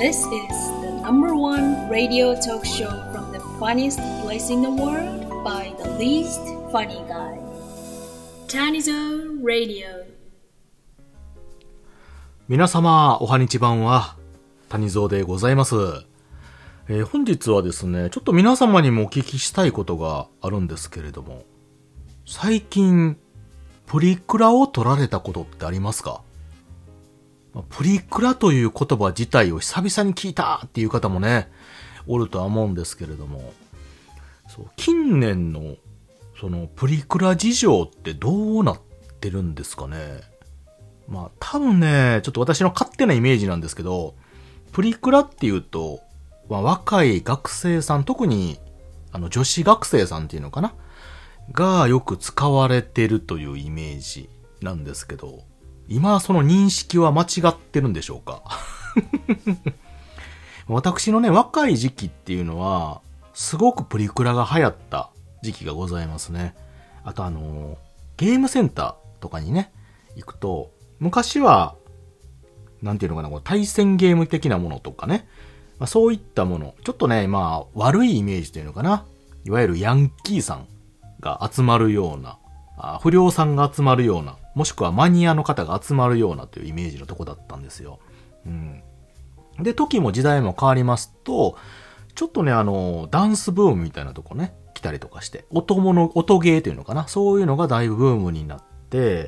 This is the number one radio talk show from the funniest place in the world by the least funny guy. Tanizo Radio. 皆様、おはにちばんは、谷蔵でございます。本日はですね、ちょっと皆様にもお聞きしたいことがあるんですけれども、最近、プリクラを撮られたことってありますか？プリクラという言葉自体を久々に聞いたっていう方もね、おるとは思うんですけれども、そう近年のそのプリクラ事情ってどうなってるんですかね。まあ多分ね、ちょっと私の勝手なイメージなんですけど、プリクラっていうと、若い学生さん、特に女子学生さんっていうのかながよく使われてるというイメージなんですけど、今その認識は間違ってるんでしょうか？私のね、若い時期っていうのは、すごくプリクラが流行った時期がございますね。あとゲームセンターとかにね、行くと、昔は、なんていうのかな、こう対戦ゲーム的なものとかね、そういったもの、ちょっとね、悪いイメージというのかな、いわゆるヤンキーさんが集まるような、不良さんが集まるような、もしくはマニアの方が集まるようなというイメージのとこだったんですよ。うん。で、時も時代も変わりますと、ちょっとね、ダンスブームみたいなとこね、来たりとかして、音ゲーというのかな、そういうのがだいぶブームになって、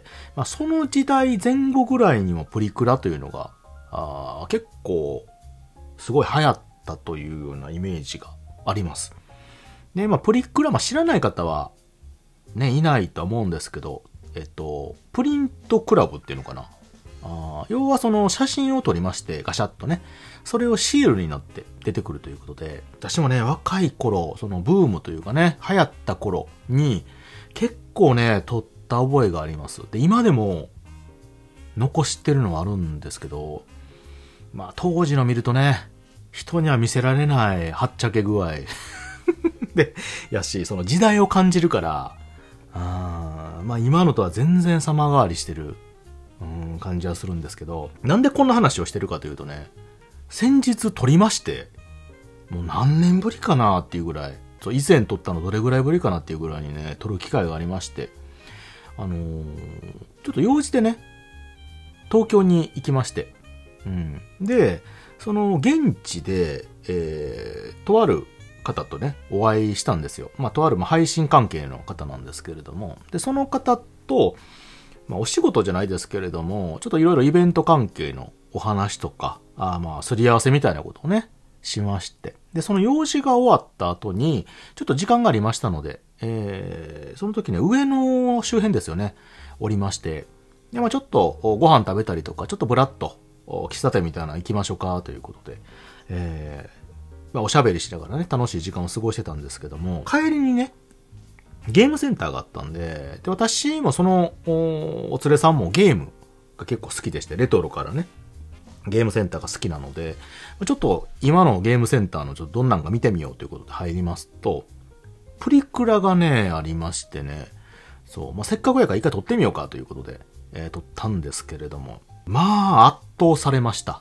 その時代前後ぐらいにもプリクラというのが、結構、すごい流行ったというようなイメージがあります。で、プリクラ、知らない方は、ね、いないと思うんですけど、プリントクラブっていうのかな。要はその写真を撮りまして、ガシャッとね、それをシールになって出てくるということで、私もね、若い頃、そのブームというかね、流行った頃に、結構ね、撮った覚えがあります。で、今でも、残してるのはあるんですけど、当時の見るとね、人には見せられないはっちゃけ具合。で、やし、その時代を感じるから、今のとは全然様変わりしてる、感じはするんですけど、なんでこんな話をしてるかというとね、先日撮りまして、もう何年ぶりかなっていうぐらい、以前撮ったのどれぐらいぶりかなっていうぐらいにね、撮る機会がありまして、ちょっと用事でね、東京に行きまして、で、その現地で、とある方とね、お会いしたんですよ。とある配信関係の方なんですけれども、で、その方と、お仕事じゃないですけれども、ちょっといろいろイベント関係のお話とか、すり合わせみたいなことをね、しまして。で、その用事が終わった後に、ちょっと時間がありましたので、その時ね、上野周辺ですよね、おりまして、で、ちょっとご飯食べたりとか、ちょっとブラッと、喫茶店みたいなの行きましょうか、ということで、おしゃべりしながらね、楽しい時間を過ごしてたんですけども、帰りにね、ゲームセンターがあったんで、私もその、お連れさんもゲームが結構好きでして、レトロからね、ゲームセンターが好きなので、ちょっと今のゲームセンターのちょっとどんなんか見てみようということで入りますと、プリクラがね、ありましてね、そう、せっかくやから一回撮ってみようかということで、撮ったんですけれども、圧倒されました。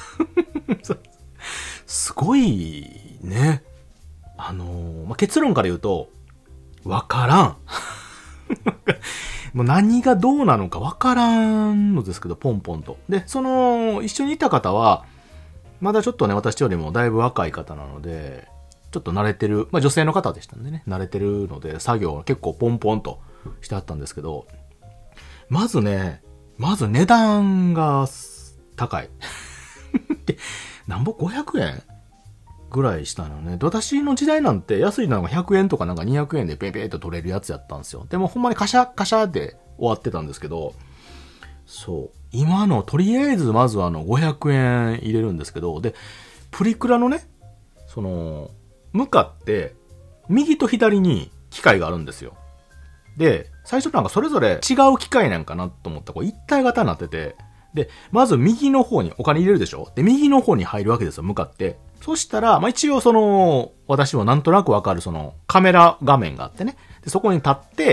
すごいね。結論から言うと、わからん。もう何がどうなのかわからんのですけど、ポンポンと。で、一緒にいた方は、まだちょっとね、私よりもだいぶ若い方なので、ちょっと慣れてる、女性の方でしたんでね、慣れてるので、作業を結構ポンポンとしてあったんですけど、まず値段が高い。なんぼ500円ぐらいしたのね。私の時代なんて安いのが100円とかなんか200円でペンペンと取れるやつやったんですよ。でもほんまにカシャカシャで終わってたんですけど、そう。今のとりあえずまず500円入れるんですけど、で、プリクラのね、向かって右と左に機械があるんですよ。で、最初なんかそれぞれ違う機械なんかなと思ったらこう一体型になってて、で、まず右の方にお金入れるでしょ？で、右の方に入るわけですよ、向かって。そしたら、一応私もなんとなくわかるカメラ画面があってね。で、そこに立って、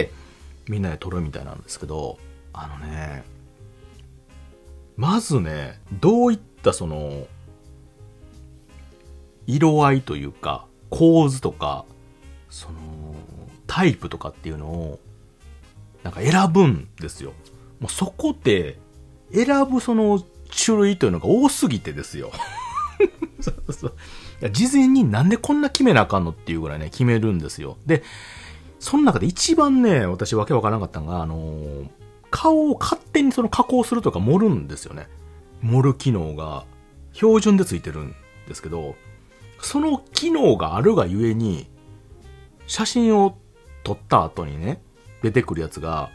みんなで撮るみたいなんですけど、まずね、どういった色合いというか、構図とか、その、タイプとかっていうのを、なんか選ぶんですよ。もうそこで、選ぶその種類というのが多すぎてですよ。そうそう。いや事前になんでこんな決めなあかんのっていうぐらいね、決めるんですよ。で、その中で一番ね、私わけわからなかったのが、顔を勝手にその加工するとか盛るんですよね。盛る機能が標準でついてるんですけど、その機能があるがゆえに、写真を撮った後にね、出てくるやつが、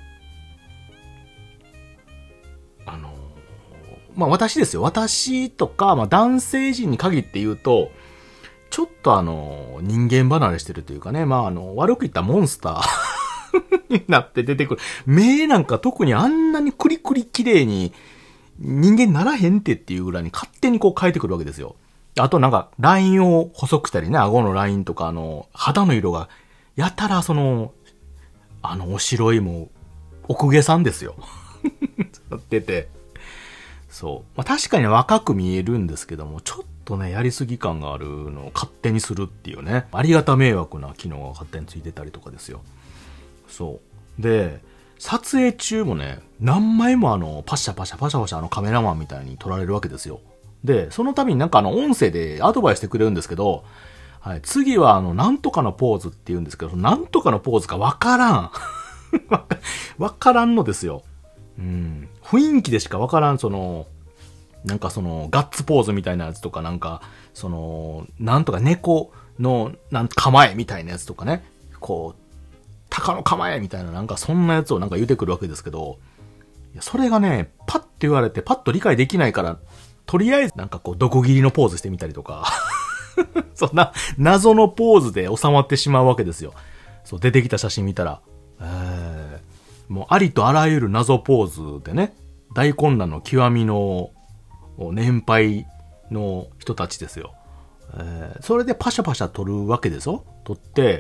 まあ私ですよ。私とか、まあ男性陣に限って言うと、ちょっと人間離れしてるというかね、まあ悪く言ったらモンスターになって出てくる。目なんか特にあんなにクリクリ綺麗に人間ならへんっていうぐらいに勝手にこう変えてくるわけですよ。あとなんかラインを細くしたりね、顎のラインとか肌の色がやたらお白いもう奥下さんですよ。出て。そう。まあ確かに若く見えるんですけども、ちょっとね、やりすぎ感があるのを勝手にするっていうね。ありがた迷惑な機能が勝手についてたりとかですよ。そう。で、撮影中もね、何枚もパシャパシャカメラマンみたいに撮られるわけですよ。で、その度になんか音声でアドバイスしてくれるんですけど、はい、次はなんとかのポーズって言うんですけど、なんとかのポーズかわからん。わからんのですよ。うん。雰囲気でしかわからん、なんかガッツポーズみたいなやつとか、なんか、なんとか猫の、構えみたいなやつとかね、こう、鷹の構えみたいな、なんかそんなやつをなんか言うてくるわけですけど、いやそれがね、パッて言われて、パッと理解できないから、とりあえずなんかこう、毒斬りのポーズしてみたりとか、そんな、謎のポーズで収まってしまうわけですよ。そう、出てきた写真見たら、もうありとあらゆる謎ポーズでね、大混乱の極みの年配の人たちですよ。それでパシャパシャ撮るわけですよ。撮って、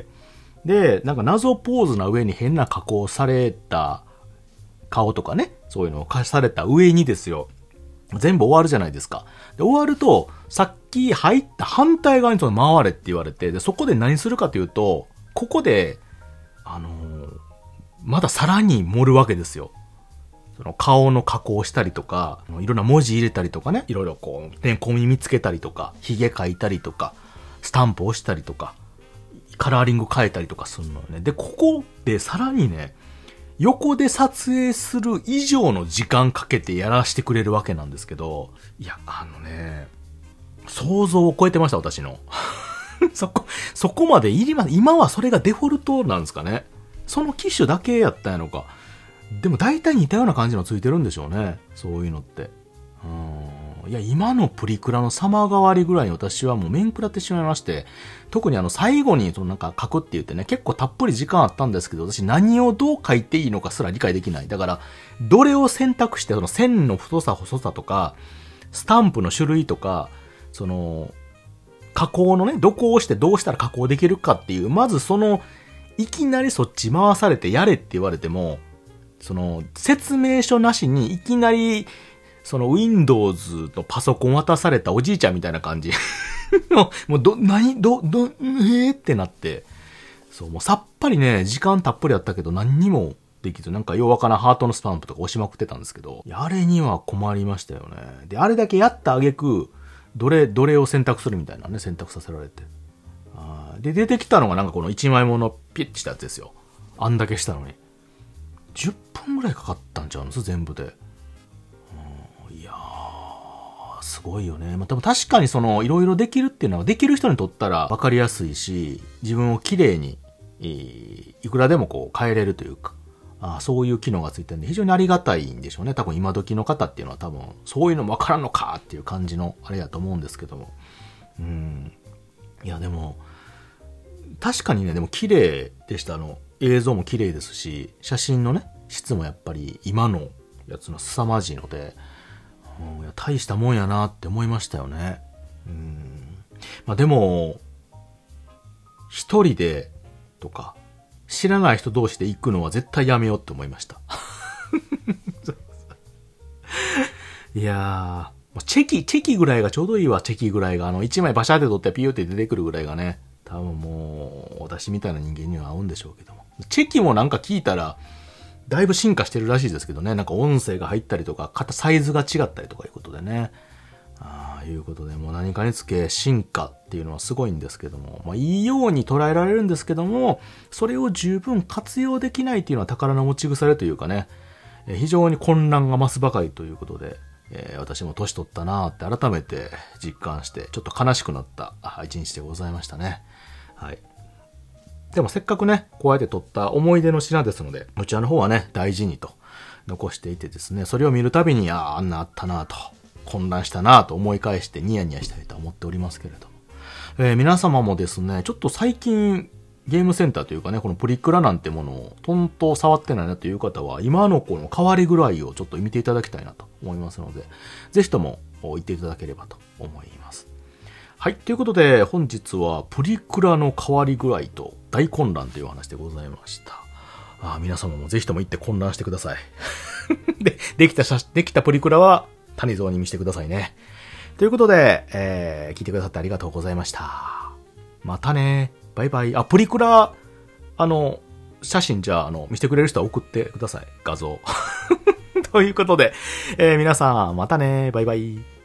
で、なんか謎ポーズな上に変な加工された顔とかね、そういうのを貸された上にですよ。全部終わるじゃないですか。で、終わると、さっき入った反対側に回れって言われて、で、そこで何するかというと、ここで、まださらに盛るわけですよ。その顔の加工したりとか、いろんな文字入れたりとかね、いろいろこう、小耳つけたりとか、髭描いたりとか、スタンプ押したりとか、カラーリング変えたりとかするのよね。で、ここでさらにね、横で撮影する以上の時間かけてやらせてくれるわけなんですけど、いや、想像を超えてました、私の。そこまでいります。今はそれがデフォルトなんですかね。その機種だけやったんやのか。でも大体似たような感じのついてるんでしょうね。そういうのって。いや、今のプリクラの様変わりぐらいに私はもう面食らってしまいまして、特に最後になんか書くって言ってね、結構たっぷり時間あったんですけど、私何をどう書いていいのかすら理解できない。だから、どれを選択して、線の太さ細さとか、スタンプの種類とか、加工のね、どこを押してどうしたら加工できるかっていう、まずいきなりそっち回されてやれって言われても、説明書なしにいきなり、Windows のパソコン渡されたおじいちゃんみたいな感じの、もうってなって、そう、もうさっぱりね、時間たっぷりあったけど何にもできず、なんかようわからんハートのスタンプとか押しまくってたんですけど、あれには困りましたよね。で、あれだけやった挙句、どれを選択するみたいなね、選択させられて。で、出てきたのがなんかこの1枚ものピッチしたやつですよ。あんだけしたのに。10分ぐらいかかったんちゃうんです全部で。いやー、すごいよね。まあ、でも確かにいろいろできるっていうのは、できる人にとったら分かりやすいし、自分を綺麗に、いくらでもこう変えれるというか、そういう機能がついてるんで、非常にありがたいんでしょうね。多分今時の方っていうのは多分、そういうの分からんのかっていう感じのあれやと思うんですけども。いや、でも、確かにね、でも綺麗でした。映像も綺麗ですし、写真のね、質もやっぱり今のやつの凄まじいので、いや大したもんやなって思いましたよね。まあでも、一人でとか、知らない人同士で行くのは絶対やめようって思いました。いやチェキぐらいがちょうどいいわ、チェキぐらいが。1枚バシャーって取ってピューって出てくるぐらいがね、多分もう、私みたいな人間には合うんでしょうけども。チェキもなんか聞いたら、だいぶ進化してるらしいですけどね。なんか音声が入ったりとか、サイズが違ったりとかいうことでね。いうことで、もう何かにつけ進化っていうのはすごいんですけども、いいように捉えられるんですけども、それを十分活用できないっていうのは宝の持ち腐れというかね、非常に混乱が増すばかりということで、私も年取ったなーって改めて実感して、ちょっと悲しくなった一日でございましたね。はい。でもせっかくね、こうやって撮った思い出の品ですので、こちらの方はね、大事にと残していてですね、それを見るたびに、あんなあったなと、混乱したなと思い返してニヤニヤしたいと思っておりますけれども。皆様もですね、ちょっと最近、ゲームセンターというかね、このプリクラなんてものをトンと触ってないなという方は、今のこの変わりぐらいをちょっと見ていただきたいなと思いますので、ぜひとも言っていただければと思います。はい。ということで、本日はプリクラの変わり具合と大混乱というお話でございました。皆様もぜひとも行って混乱してください。できたプリクラは谷蔵に見せてくださいね。ということで、聞いてくださってありがとうございました。またね。バイバイ。プリクラ、写真じゃあ、見せてくれる人は送ってください。画像。ということで、皆さん、またね。バイバイ。